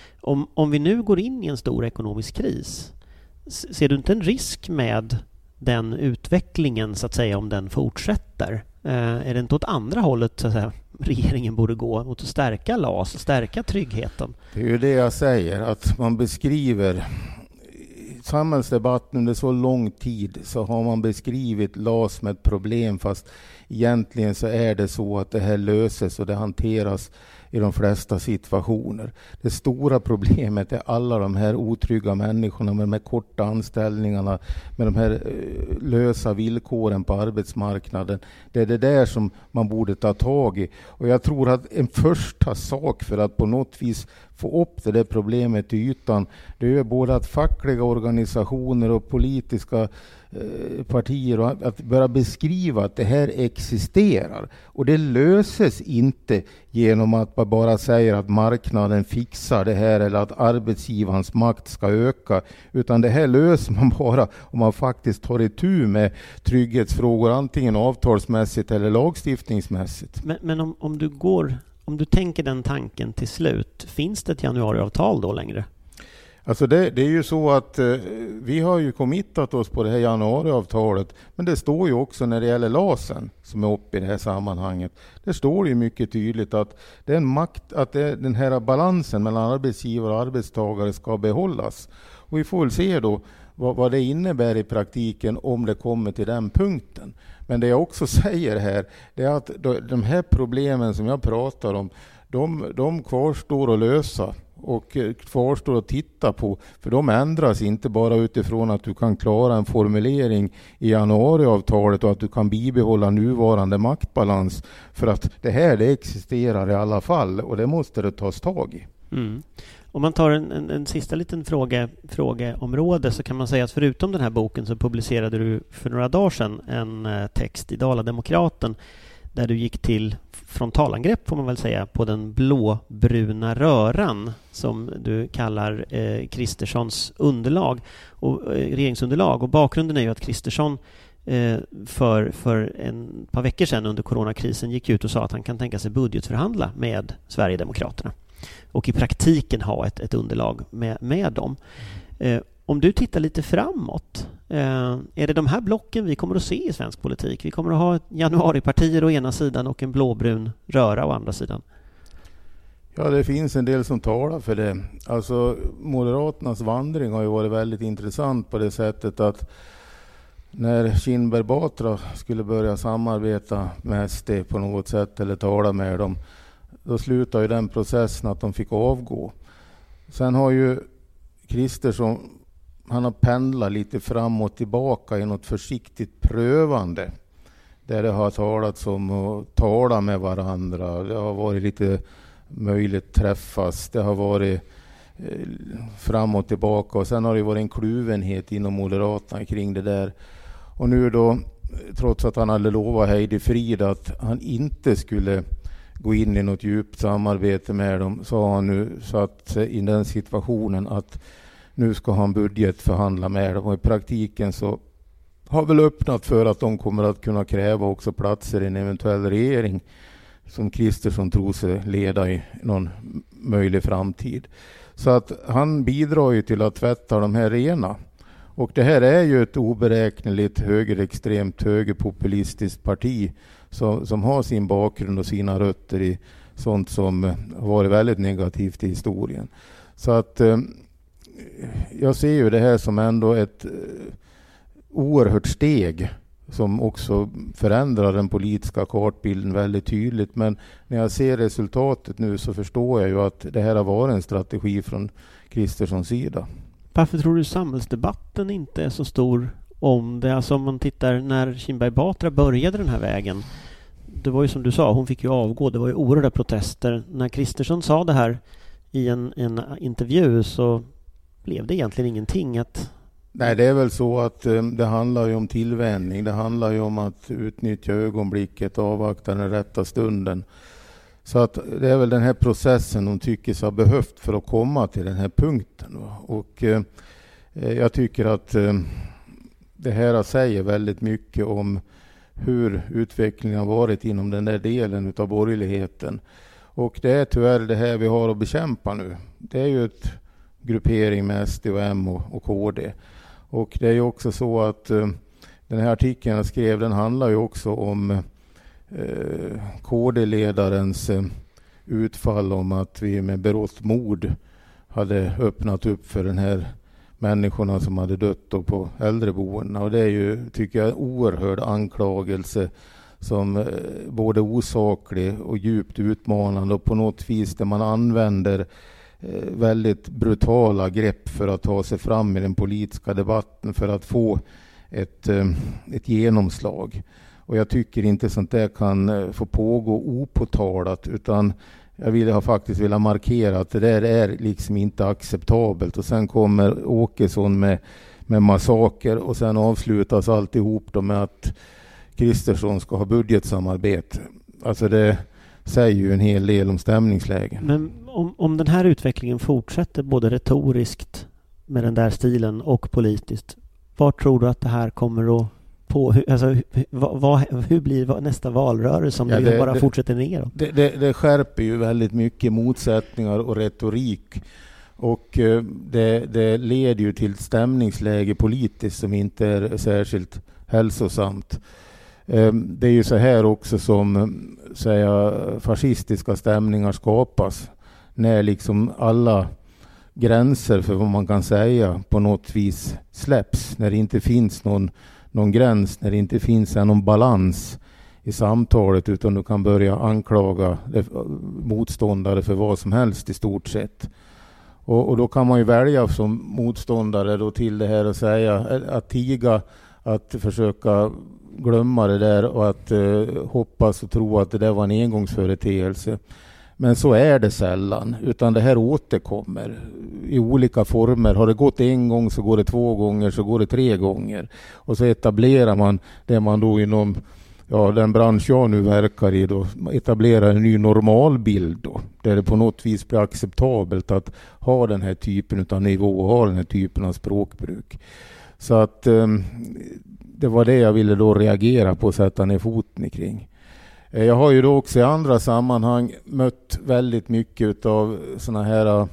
Om vi nu går in i en stor ekonomisk kris, ser du inte en risk med den utvecklingen så att säga, om den fortsätter? Är det inte åt andra hållet så att säga, regeringen borde gå mot att stärka LAS, stärka tryggheten? Det är ju det jag säger, att man beskriver samhällsdebatten under så lång tid, så har man beskrivit LAS med ett problem, fast egentligen så är det så att det här löses och det hanteras i de flesta situationer. Det stora problemet är alla de här otrygga människorna med de här korta anställningarna, med de här lösa villkoren på arbetsmarknaden. Det är det där som man borde ta tag i. Och jag tror att en första sak för att på något vis få upp det där problemet i ytan, det är både att fackliga organisationer och politiska partier och att börja beskriva att det här existerar. Och det löses inte genom att man bara säger att marknaden fixar det här eller att arbetsgivarens makt ska öka, utan det här löser man bara om man faktiskt tar itu med trygghetsfrågor, antingen avtalsmässigt eller lagstiftningsmässigt. Men om du tänker den tanken till slut, finns det ett januariavtal då längre? Alltså det är ju så att vi har ju committat oss på det här januariavtalet, men det står ju också när det gäller LASen som är uppe i det här sammanhanget. Det står ju mycket tydligt att det är den här balansen mellan arbetsgivare och arbetstagare ska behållas. Och vi får väl se då vad det innebär i praktiken om det kommer till den punkten. Men det jag också säger här, det är att de här problemen som jag pratar om, de kvarstår att lösa och kvarstår att titta på, för de ändras inte bara utifrån att du kan klara en formulering i januariavtalet och att du kan bibehålla nuvarande maktbalans, för att det existerar i alla fall och det måste det tas tag i. Mm. Om man tar en sista liten frågeområde, så kan man säga att förutom den här boken så publicerade du för några dagar sedan en text i Dala-Demokraten där du gick till frontalangrepp, får man väl säga, på den blåbruna röran som du kallar Kristerssons underlag och regeringsunderlag. Och bakgrunden är ju att Kristersson för ett par veckor sedan under coronakrisen gick ut och sa att han kan tänka sig budgetförhandla med Sverigedemokraterna och i praktiken ha ett underlag med dem. Om du tittar lite framåt, är det de här blocken vi kommer att se i svensk politik? Vi kommer att ha januaripartier å ena sidan och en blåbrun röra å andra sidan. Ja, det finns en del som talar för det. Alltså, Moderaternas vandring har ju varit väldigt intressant på det sättet att när Kinberg Batra skulle börja samarbeta med SD på något sätt eller tala med dem, då slutade ju den processen att de fick avgå. Sen har ju Kristersson, han har pendlat lite fram och tillbaka i något försiktigt prövande där det har talats om att tala med varandra. Det har varit lite möjligt träffas. Det har varit fram och tillbaka och sen har det varit en kluvenhet inom Moderaterna kring det där. Och nu då, trots att han hade lovat Heidi Frid att han inte skulle gå in i något djupt samarbete med dem, så har han nu satt sig i den situationen att nu ska han budgetförhandla med dem. Och i praktiken så har väl öppnat för att de kommer att kunna kräva också platser i en eventuell regering som Kristersson tror sig leda i någon möjlig framtid. Så att han bidrar ju till att tvätta de här rena. Och det här är ju ett oberäkneligt högerextremt högerpopulistiskt parti som har sin bakgrund och sina rötter i sånt som har varit väldigt negativt i historien. Så att jag ser ju det här som ändå ett oerhört steg som också förändrar den politiska kartbilden väldigt tydligt. Men när jag ser resultatet nu så förstår jag ju att det här har varit en strategi från Kristerssons sida. Varför tror du samhällsdebatten inte är så stor om det? Alltså om man tittar när Kinberg Batra började den här vägen. Det var ju som du sa, hon fick ju avgå. Det var ju oerhörda protester. När Kristersson sa det här i en intervju så blev det egentligen ingenting att... Nej, det är väl så att det handlar ju om tillvänjning. Det handlar ju om att utnyttja ögonblicket och avvakta den rätta stunden. Så att det är väl den här processen de tycker sig ha behövt för att komma till den här punkten. Och jag tycker att det här säger väldigt mycket om hur utvecklingen har varit inom den där delen av borgerligheten. Och det är tyvärr det här vi har att bekämpa nu. Det är ju ett gruppering med SD och M och KD. Och det är ju också så att den här artikeln jag skrev, den handlar ju också om KD-ledarens utfall om att vi med berått mod hade öppnat upp för den här människorna som hade dött på äldreboenden. Och det är ju, tycker jag, en oerhörd anklagelse som både osaklig och djupt utmanande och på något vis där man använder väldigt brutala grepp för att ta sig fram i den politiska debatten för att få ett genomslag. Och jag tycker inte sånt där kan få pågå opåtalat, utan jag har faktiskt velat markera att det där är liksom inte acceptabelt. Och sen kommer Åkesson med massaker och sen avslutas alltihop då med att Kristersson ska ha budgetsamarbete. Alltså det säger ju en hel del om stämningslägen. Men om den här utvecklingen fortsätter både retoriskt med den där stilen och politiskt, var tror du att det här kommer att hur blir nästa valrörelse om det bara fortsätter neråt? Det skärper ju väldigt mycket motsättningar och retorik. Och det leder ju till ett stämningsläge politiskt som inte är särskilt hälsosamt. Det är ju så här också som fascistiska stämningar skapas. När liksom alla gränser för vad man kan säga på något vis släpps. När det inte finns någon gräns, när det inte finns någon balans i samtalet, utan du kan börja anklaga motståndare för vad som helst i stort sett. Och då kan man ju välja som motståndare då till det här och säga att tiga, att försöka glömma det där och att hoppas och tro att det där var en engångsföreteelse. Men så är det sällan, utan det här återkommer i olika former. Har det gått en gång så går det 2 gånger, så går det 3 gånger. Och så etablerar man det man då inom den bransch jag nu verkar i då etablerar en ny normalbild då. Där det på något vis blir acceptabelt att ha den här typen av nivå och ha den här typen av språkbruk. Så att det var det jag ville då reagera på och sätta ner foten kring. Jag har ju då också i andra sammanhang mött väldigt mycket av såna här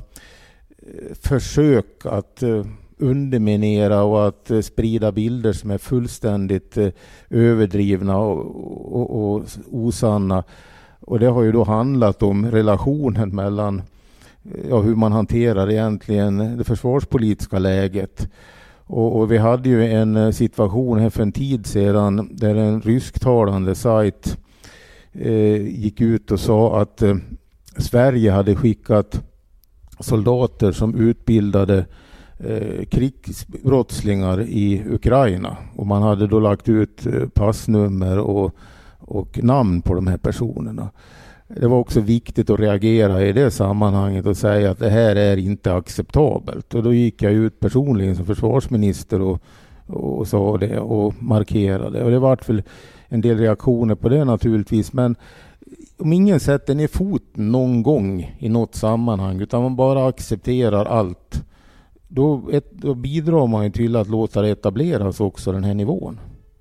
försök att underminera och att sprida bilder som är fullständigt överdrivna och osanna. Och det har ju då handlat om relationen mellan hur man hanterar egentligen det försvarspolitiska läget. Och vi hade ju en situation här för en tid sedan där en rysktalande sajt gick ut och sa att Sverige hade skickat soldater som utbildade krigsbrottslingar i Ukraina. Och man hade då lagt ut passnummer och namn på de här personerna. Det var också viktigt att reagera i det sammanhanget och säga att det här är inte acceptabelt. Och då gick jag ut personligen som försvarsminister och sa det och markerade. Och det var väl en del reaktioner på det naturligtvis. Men om ingen sätter ner foten någon gång i något sammanhang utan man bara accepterar allt, då bidrar man ju till att låta det etableras också den här nivån.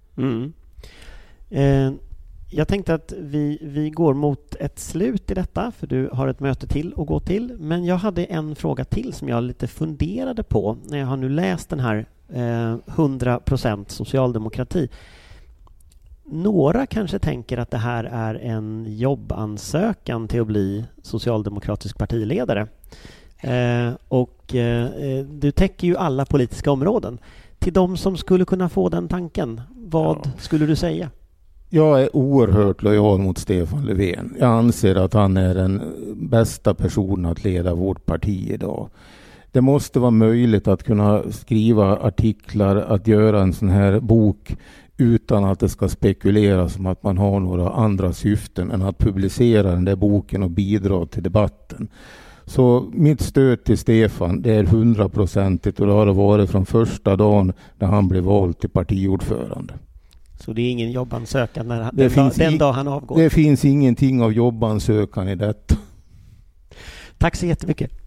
Jag tänkte att vi går mot ett slut i detta, för du har ett möte till att gå till. Men jag hade en fråga till som jag lite funderade på när jag har nu läst den här 100% socialdemokrati. Några kanske tänker att det här är en jobbansökan till att bli socialdemokratisk partiledare. Du täcker ju alla politiska områden. Till de som skulle kunna få den tanken, vad skulle du säga? Jag är oerhört lojal mot Stefan Löfven. Jag anser att han är den bästa personen att leda vårt parti idag. Det måste vara möjligt att kunna skriva artiklar, att göra en sån här bok utan att det ska spekuleras om att man har några andra syften än att publicera den där boken och bidra till debatten. Så mitt stöd till Stefan, det är 100% och det har det varit från första dagen när han blev vald till partiordförande. Så det är ingen jobbansökan den dag han avgår? Det finns ingenting av jobbansökan i detta. Tack så jättemycket.